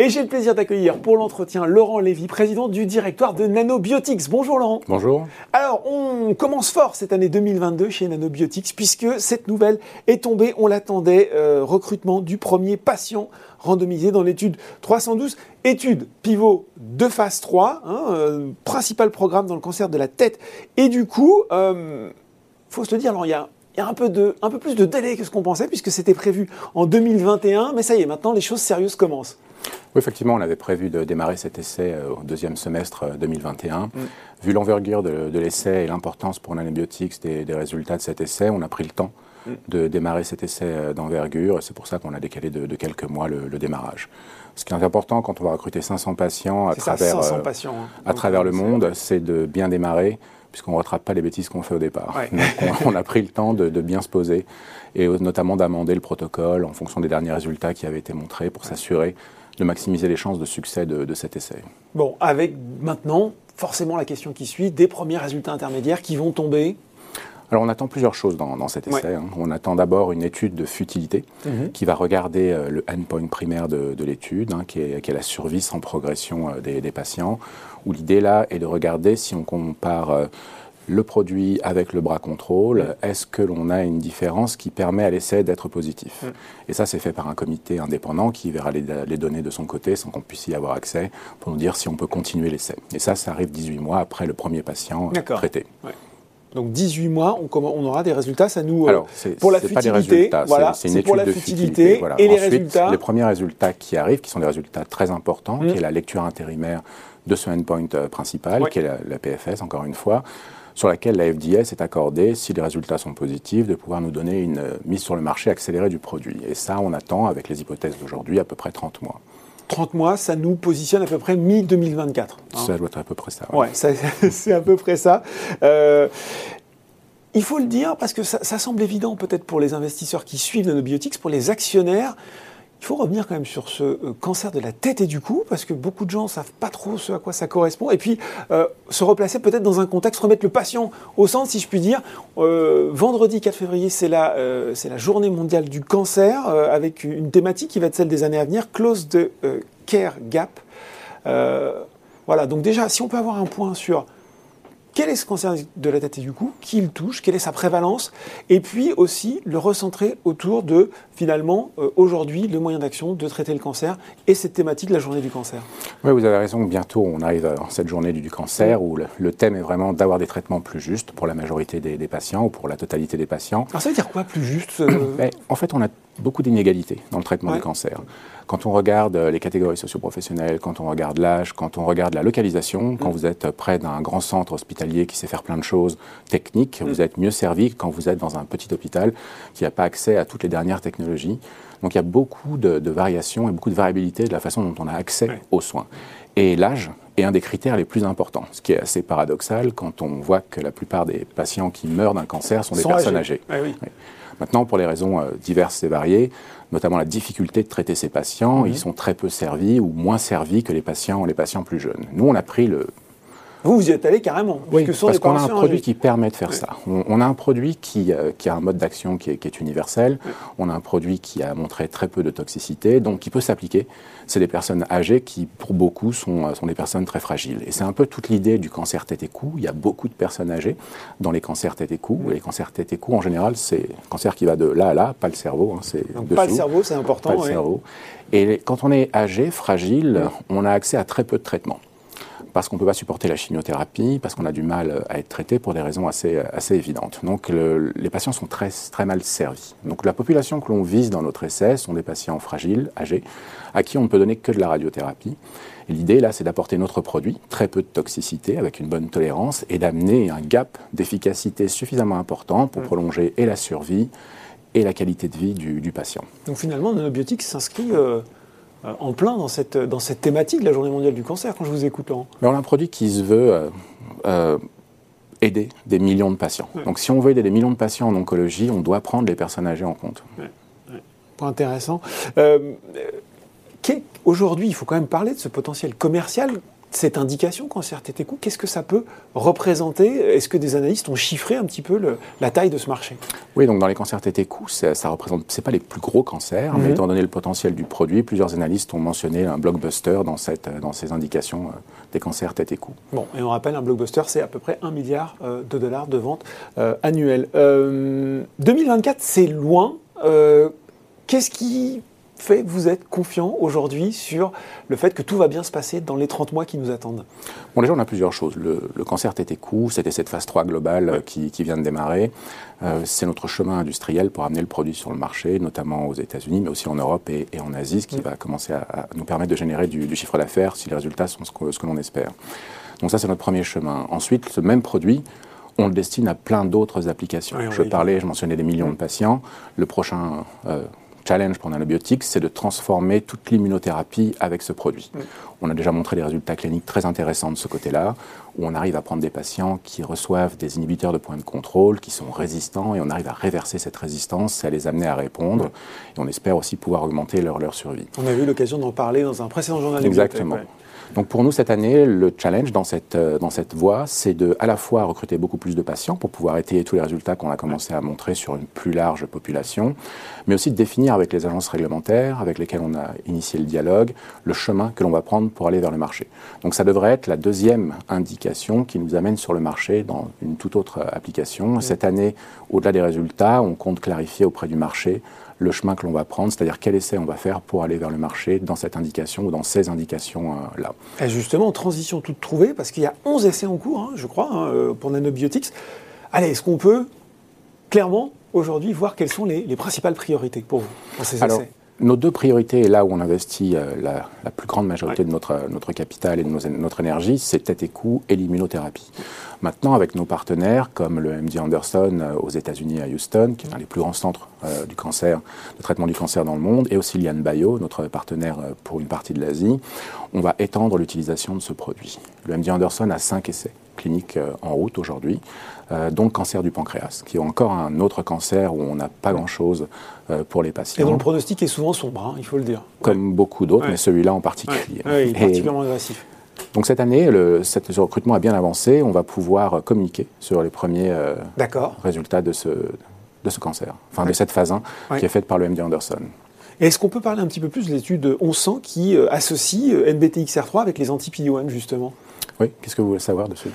Et j'ai le plaisir d'accueillir pour l'entretien Laurent Lévy, président du directoire de Nanobiotics. Bonjour Laurent. Bonjour. Alors, on commence fort cette année 2022 chez Nanobiotics puisque cette nouvelle est tombée, on l'attendait, recrutement du premier patient randomisé dans l'étude 312, étude pivot de phase 3, principal programme dans le cancer de la tête et du cou. Faut se le dire, alors il y a un peu plus de délai que ce qu'on pensait, puisque c'était prévu en 2021, mais ça y est, maintenant les choses sérieuses commencent. Oui, effectivement, on avait prévu de démarrer cet essai au deuxième semestre 2021. Vu l'envergure de l'essai et l'importance pour Nanobiotics des résultats de cet essai, on a pris le temps de démarrer cet essai d'envergure, et c'est pour ça qu'on a décalé de quelques mois le démarrage. Ce qui est important quand on va recruter 500 patients à travers le monde, c'est de bien démarrer, puisqu'on ne rattrape pas les bêtises qu'on fait au départ. Ouais. Donc on a pris le temps de bien se poser, et notamment d'amender le protocole en fonction des derniers résultats qui avaient été montrés pour s'assurer de maximiser les chances de succès de cet essai. Bon, avec maintenant, forcément la question qui suit, des premiers résultats intermédiaires qui vont tomber. Alors on attend plusieurs choses dans cet essai. On attend d'abord une étude de futilité qui va regarder le endpoint primaire de l'étude, qui est la survie sans progression des patients, où l'idée là est de regarder si on compare le produit avec le bras contrôle, est-ce que l'on a une différence qui permet à l'essai d'être positif. Et ça, c'est fait par un comité indépendant qui verra les données de son côté sans qu'on puisse y avoir accès pour nous dire si on peut continuer l'essai. Et ça arrive 18 mois après le premier patient traité. Ouais. Donc 18 mois, on aura des résultats, ça nous... Alors, pour la futilité, c'est une étude de futilité. Voilà. Et ensuite, les résultats... les premiers résultats qui arrivent, qui sont des résultats très importants, qui est la lecture intérimaire de ce endpoint principal, qui est la PFS, encore une fois, sur laquelle la FDA s'est accordée, si les résultats sont positifs, de pouvoir nous donner une mise sur le marché accélérée du produit. Et ça, on attend, avec les hypothèses d'aujourd'hui, à peu près 30 mois. 30 mois, ça nous positionne à peu près mi-2024. Ça doit être à peu près ça. Ouais, c'est à peu près ça. Il faut le dire, parce que ça semble évident peut-être pour les investisseurs qui suivent Nanobiotics, pour les actionnaires. Il faut revenir quand même sur ce cancer de la tête et du cou, parce que beaucoup de gens ne savent pas trop ce à quoi ça correspond. Et puis, se replacer peut-être dans un contexte, remettre le patient au centre, si je puis dire. Vendredi 4 février, c'est la journée mondiale du cancer, avec une thématique qui va être celle des années à venir, Close the Care Gap. Voilà, donc déjà, si on peut avoir un point sur... Quel est ce cancer de la tête et du cou? Qui le touche? Quelle est sa prévalence? Et puis aussi le recentrer autour de, finalement, aujourd'hui, le moyen d'action de traiter le cancer et cette thématique de la journée du cancer. Oui, vous avez raison. Bientôt, on arrive à cette journée du cancer où le thème est vraiment d'avoir des traitements plus justes pour la majorité des patients ou pour la totalité des patients. Alors ça veut dire quoi, plus juste En fait, on a beaucoup d'inégalités dans le traitement du cancer. Quand on regarde les catégories socio-professionnelles, quand on regarde l'âge, quand on regarde la localisation, quand vous êtes près d'un grand centre hospitalier qui sait faire plein de choses techniques, vous êtes mieux servi que quand vous êtes dans un petit hôpital qui n'a pas accès à toutes les dernières technologies. Donc il y a beaucoup de variations et beaucoup de variabilité de la façon dont on a accès aux soins. Et l'âge est un des critères les plus importants, ce qui est assez paradoxal quand on voit que la plupart des patients qui meurent d'un cancer sont des personnes âgées. Oui. Maintenant, pour les raisons diverses et variées, notamment la difficulté de traiter ces patients, ils sont très peu servis ou moins servis que les patients plus jeunes. Nous, on a pris le... Vous y êtes allé carrément. Oui, parce qu'on a un produit qui permet de faire ça. On a un produit qui a un mode d'action qui est universel. On a un produit qui a montré très peu de toxicité, donc qui peut s'appliquer. C'est des personnes âgées qui, pour beaucoup, sont des personnes très fragiles. Et c'est un peu toute l'idée du cancer tête et cou. Il y a beaucoup de personnes âgées dans les cancers tête et cou. Et les cancers tête et cou, en général, c'est un cancer qui va de là à là, pas le cerveau. Donc pas le cerveau, c'est important. Pas le cerveau. Et quand on est âgé, fragile, on a accès à très peu de traitements. Parce qu'on ne peut pas supporter la chimiothérapie, parce qu'on a du mal à être traité pour des raisons assez évidentes. Donc les patients sont très, très mal servis. Donc la population que l'on vise dans notre essai sont des patients fragiles, âgés, à qui on ne peut donner que de la radiothérapie. Et l'idée là, c'est d'apporter notre produit, très peu de toxicité, avec une bonne tolérance, et d'amener un gap d'efficacité suffisamment important pour prolonger et la survie et la qualité de vie du patient. Donc finalement, Nanobiotics s'inscrit... en plein dans cette thématique de la Journée mondiale du cancer, quand je vous écoute, Laurent. Mais on a un produit qui se veut aider des millions de patients. Donc si on veut aider des millions de patients en oncologie, on doit prendre les personnes âgées en compte. Point intéressant. Aujourd'hui, il faut quand même parler de ce potentiel commercial. Cette indication, cancer tête et cou, qu'est-ce que ça peut représenter? Est-ce que des analystes ont chiffré un petit peu la taille de ce marché? Oui, donc dans les cancers tête et cou, ça représente, c'est pas les plus gros cancers, mais étant donné le potentiel du produit, plusieurs analystes ont mentionné un blockbuster dans ces indications des cancers tête et cou. Bon, et on rappelle, un blockbuster, c'est à peu près 1 milliard de dollars de ventes annuelles. 2024, c'est loin. Qu'est-ce qui fait que vous êtes confiant aujourd'hui sur le fait que tout va bien se passer dans les 30 mois qui nous attendent? Bon, déjà, on a plusieurs choses. Le cancer tête et cou, c'était cette phase 3 globale qui vient de démarrer. C'est notre chemin industriel pour amener le produit sur le marché, notamment aux États-Unis, mais aussi en Europe et en Asie, ce qui va commencer à nous permettre de générer du chiffre d'affaires si les résultats sont ce que l'on espère. Donc ça, c'est notre premier chemin. Ensuite, ce même produit, on le destine à plein d'autres applications. Je mentionnais des millions de patients. Le prochain challenge pour Nanobiotix, c'est de transformer toute l'immunothérapie avec ce produit. On a déjà montré des résultats cliniques très intéressants de ce côté-là, où on arrive à prendre des patients qui reçoivent des inhibiteurs de point de contrôle, qui sont résistants, et on arrive à réverser cette résistance et à les amener à répondre. Et on espère aussi pouvoir augmenter leur survie. On a eu l'occasion d'en parler dans un précédent journal. Exactement. Donc pour nous, cette année, le challenge dans cette voie, c'est de à la fois recruter beaucoup plus de patients pour pouvoir étayer tous les résultats qu'on a commencé à montrer sur une plus large population, mais aussi de définir avec les agences réglementaires avec lesquelles on a initié le dialogue, le chemin que l'on va prendre pour aller vers le marché. Donc ça devrait être la deuxième indication qui nous amène sur le marché dans une toute autre application. Cette année, au-delà des résultats, on compte clarifier auprès du marché le chemin que l'on va prendre, c'est-à-dire quel essai on va faire pour aller vers le marché dans cette indication ou dans ces indications-là. Et justement, transition toute trouvée, parce qu'il y a 11 essais en cours, je crois, pour Nanobiotix. Allez, est-ce qu'on peut clairement, aujourd'hui, voir quelles sont les principales priorités pour vous dans ces essais? Nos deux priorités, et là où on investit la plus grande majorité de notre capital et de notre énergie, c'est tête et cou et l'immunothérapie. Maintenant, avec nos partenaires, comme le MD Anderson aux États-Unis à Houston, qui est un des plus grands centres du cancer, de traitement du cancer dans le monde, et aussi Lian Bio, notre partenaire pour une partie de l'Asie, on va étendre l'utilisation de ce produit. Le MD Anderson a 5 essais cliniques en route aujourd'hui, dont le cancer du pancréas, qui est encore un autre cancer où on n'a pas grand-chose pour les patients. Et dont le pronostic est souvent sombre, il faut le dire. Comme beaucoup d'autres, mais celui-là en particulier. Il est particulièrement agressif. Donc cette année, ce recrutement a bien avancé. On va pouvoir communiquer sur les premiers résultats de ce cancer, enfin de cette phase 1 qui est faite par le MD Anderson. Et est-ce qu'on peut parler un petit peu plus de l'étude 1100 qui associe NBTXR3 avec les anti-PD-1 justement? Oui, qu'est-ce que vous voulez savoir dessus?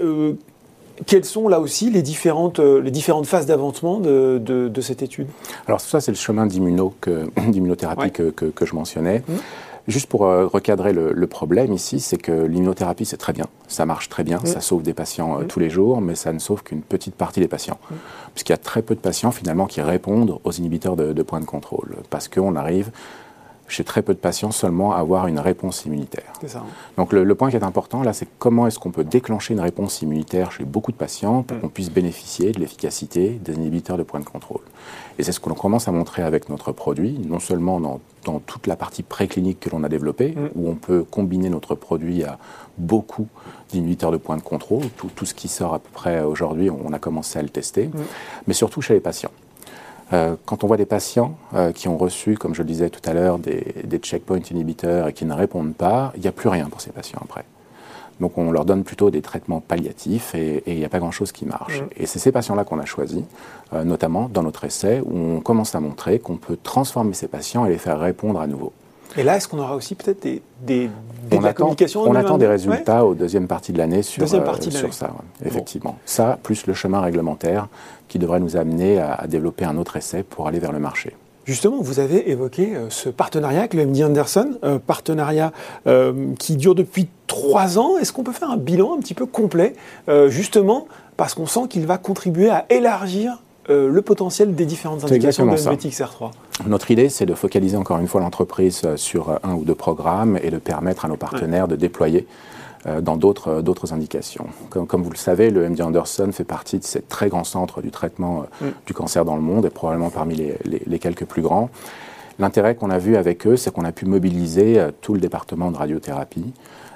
Quelles sont là aussi les différentes phases d'avancement de cette étude? Alors ça, c'est le chemin d'immunothérapie que je mentionnais. Juste pour recadrer le problème ici, c'est que l'immunothérapie, c'est très bien, ça marche très bien, ça sauve des patients tous les jours, mais ça ne sauve qu'une petite partie des patients. Puisqu'il y a très peu de patients finalement qui répondent aux inhibiteurs de point de contrôle, parce qu'on arrive chez très peu de patients seulement à avoir une réponse immunitaire. C'est ça. Donc le point qui est important là, c'est comment est-ce qu'on peut déclencher une réponse immunitaire chez beaucoup de patients pour qu'on puisse bénéficier de l'efficacité des inhibiteurs de point de contrôle. Et c'est ce que l'on commence à montrer avec notre produit, non seulement dans toute la partie préclinique que l'on a développée, où on peut combiner notre produit à beaucoup d'inhibiteurs de point de contrôle, tout ce qui sort à peu près aujourd'hui, on a commencé à le tester, mais surtout chez les patients. Quand on voit des patients qui ont reçu, comme je le disais tout à l'heure, des checkpoint inhibiteurs et qui ne répondent pas, il n'y a plus rien pour ces patients après. Donc on leur donne plutôt des traitements palliatifs et il n'y a pas grand-chose qui marche. Et c'est ces patients-là qu'on a choisis, notamment dans notre essai, où on commence à montrer qu'on peut transformer ces patients et les faire répondre à nouveau. Et là, est-ce qu'on aura aussi peut-être de la communication? On attend des résultats aux deuxième partie de l'année sur ça, effectivement. Bon. Ça, plus le chemin réglementaire qui devrait nous amener à développer un autre essai pour aller vers le marché. Justement, vous avez évoqué ce partenariat avec le MD Anderson, partenariat qui dure depuis 3 ans. Est-ce qu'on peut faire un bilan un petit peu complet, justement, parce qu'on sent qu'il va contribuer à élargir le potentiel des différentes indications de NBTXR3? Notre idée, c'est de focaliser encore une fois l'entreprise sur 1 ou 2 programmes et de permettre à nos partenaires de déployer dans d'autres indications. Comme vous le savez, le MD Anderson fait partie de ces très grands centres du traitement du cancer dans le monde et probablement parmi les quelques plus grands. L'intérêt qu'on a vu avec eux, c'est qu'on a pu mobiliser tout le département de radiothérapie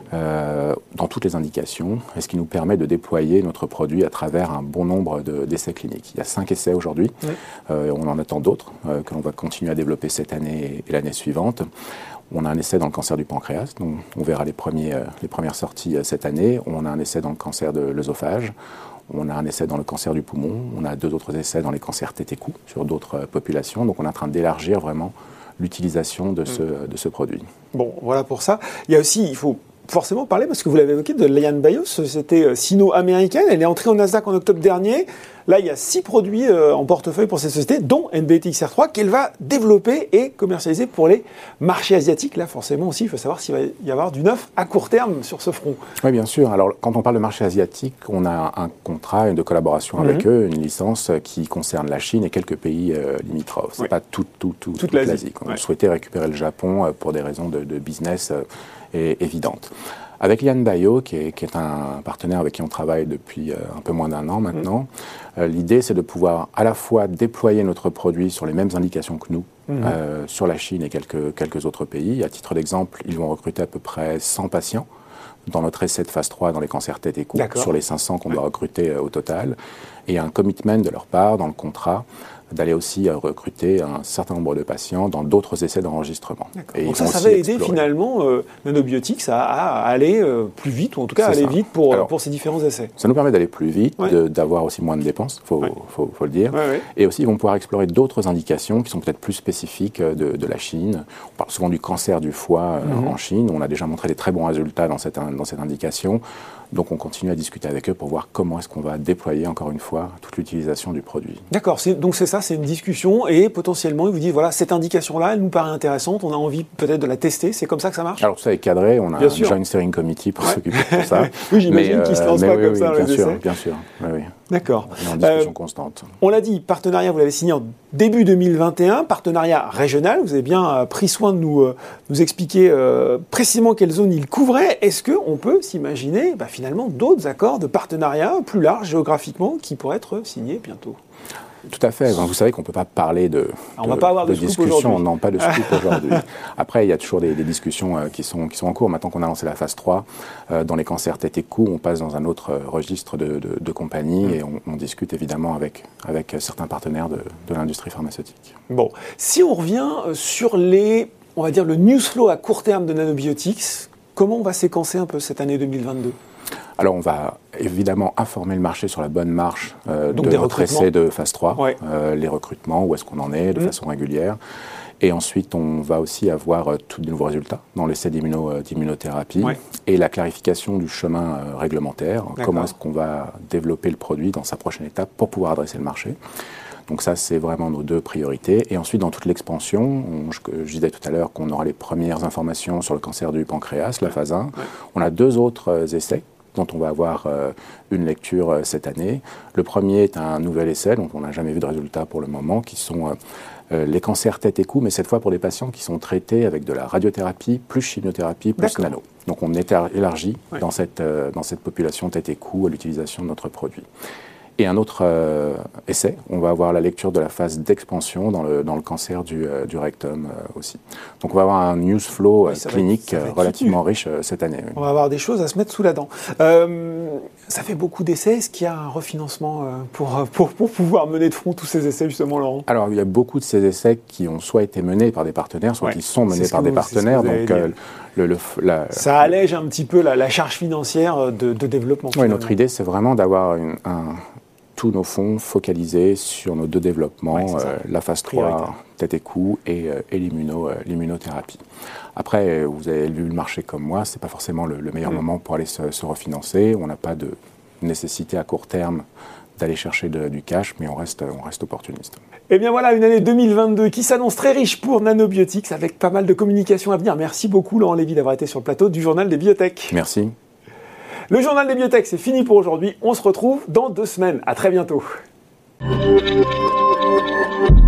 dans toutes les indications, et ce qui nous permet de déployer notre produit à travers un bon nombre d'essais cliniques. Il y a 5 essais aujourd'hui, on en attend d'autres que l'on va continuer à développer cette année et l'année suivante. On a un essai dans le cancer du pancréas, donc on verra les premières sorties cette année. On a un essai dans le cancer de l'œsophage. On a un essai dans le cancer du poumon, on a 2 autres essais dans les cancers tête et cou sur d'autres populations. Donc on est en train d'élargir vraiment l'utilisation de ce produit. Bon, voilà pour ça. Il y a aussi, il faut forcément parler, parce que vous l'avez évoqué, de LianBio, société sino-américaine. Elle est entrée au Nasdaq en octobre dernier. Là, il y a 6 produits en portefeuille pour cette société, dont NBTXR3, qu'elle va développer et commercialiser pour les marchés asiatiques. Là, forcément aussi, il faut savoir s'il va y avoir du neuf à court terme sur ce front. Oui, bien sûr. Alors, quand on parle de marché asiatique, on a un contrat de collaboration avec eux, une licence qui concerne la Chine et quelques pays limitrophes. Ce n'est pas toute l'Asie. On souhaitait récupérer le Japon pour des raisons de business évidentes. Avec LianBio, qui est un partenaire avec qui on travaille depuis un peu moins d'1 an maintenant, l'idée c'est de pouvoir à la fois déployer notre produit sur les mêmes indications que nous, sur la Chine et quelques autres pays. À titre d'exemple, ils vont recruter à peu près 100 patients dans notre essai de phase 3 dans les cancers tête et cou, sur les 500 qu'on doit recruter au total. Et un commitment de leur part dans le contrat d'aller aussi recruter un certain nombre de patients dans d'autres essais d'enregistrement. Donc ça va aider finalement Nanobiotix à aller plus vite, ou en tout cas à aller vite pour ces différents essais. Ça nous permet d'aller plus vite, d'avoir aussi moins de dépenses, faut le dire. Et aussi, ils vont pouvoir explorer d'autres indications qui sont peut-être plus spécifiques de la Chine. On parle souvent du cancer du foie en Chine. On a déjà montré des très bons résultats dans cette indication. Donc on continue à discuter avec eux pour voir comment est-ce qu'on va déployer encore une fois toute l'utilisation du produit. D'accord, donc c'est ça, c'est une discussion et potentiellement ils vous disent voilà, cette indication-là, elle nous paraît intéressante, on a envie peut-être de la tester, c'est comme ça que ça marche? Alors tout ça est cadré, on a déjà une steering committee pour s'occuper de ça. Oui, j'imagine qu'ils ne se lancent pas comme ça. Bien sûr. Oui. D'accord. On est en discussion constante. On l'a dit, partenariat, vous l'avez signé en début 2021, partenariat régional. Vous avez bien pris soin de nous expliquer précisément quelle zone il couvrait. Est-ce qu'on peut s'imaginer finalement d'autres accords de partenariat plus larges géographiquement qui pourraient être signés bientôt? Tout à fait. Vous savez qu'on ne peut pas parler de discussion. Non, pas de scoop aujourd'hui. Après, il y a toujours des discussions qui sont en cours. Maintenant qu'on a lancé la phase 3, dans les cancers tête et cou, on passe dans un autre registre de compagnies et on discute évidemment avec certains partenaires de l'industrie pharmaceutique. Bon, si on revient sur on va dire le news flow à court terme de Nanobiotix, comment on va séquencer un peu cette année 2022 ? Alors, on va évidemment informer le marché sur la bonne marche de notre essai de phase 3, les recrutements, où est-ce qu'on en est de façon régulière. Et ensuite, on va aussi avoir tous de nouveaux résultats dans l'essai d'immunothérapie et la clarification du chemin réglementaire. Comment est-ce qu'on va développer le produit dans sa prochaine étape pour pouvoir adresser le marché. Donc ça, c'est vraiment nos 2 priorités. Et ensuite, dans toute l'expansion, je disais tout à l'heure qu'on aura les premières informations sur le cancer du pancréas, la phase 1. On a 2 autres essais dont on va avoir une lecture cette année. Le premier est un nouvel essai dont on n'a jamais vu de résultat pour le moment, qui sont les cancers tête et cou, mais cette fois pour des patients qui sont traités avec de la radiothérapie, plus chimiothérapie, plus nano. Donc on élargit dans cette population tête et cou à l'utilisation de notre produit. Et un autre essai, on va avoir la lecture de la phase d'expansion dans le cancer du rectum aussi. Donc on va avoir un news flow clinique relativement riche cette année. On va avoir des choses à se mettre sous la dent. Ça fait beaucoup d'essais. Est-ce qu'il y a un refinancement pour pouvoir mener de front tous ces essais, justement, Laurent ? Alors, il y a beaucoup de ces essais qui ont soit été menés par des partenaires, soit qui sont menés par des partenaires. Donc, ça allège un petit peu la charge financière de développement. Oui, notre idée, c'est vraiment d'avoir tous nos fonds focalisés sur nos 2 développements, la phase 3, tête et cou, et l'immunothérapie. Après, vous avez vu le marché comme moi, ce n'est pas forcément le meilleur moment pour aller se refinancer. On n'a pas de nécessité à court terme d'aller chercher du cash, mais on reste opportuniste. Et bien voilà, une année 2022 qui s'annonce très riche pour Nanobiotix, avec pas mal de communication à venir. Merci beaucoup, Laurent Lévy, d'avoir été sur le plateau du Journal des Biotech. Merci. Le Journal des Biotech, c'est fini pour aujourd'hui. On se retrouve dans 2 semaines. À très bientôt.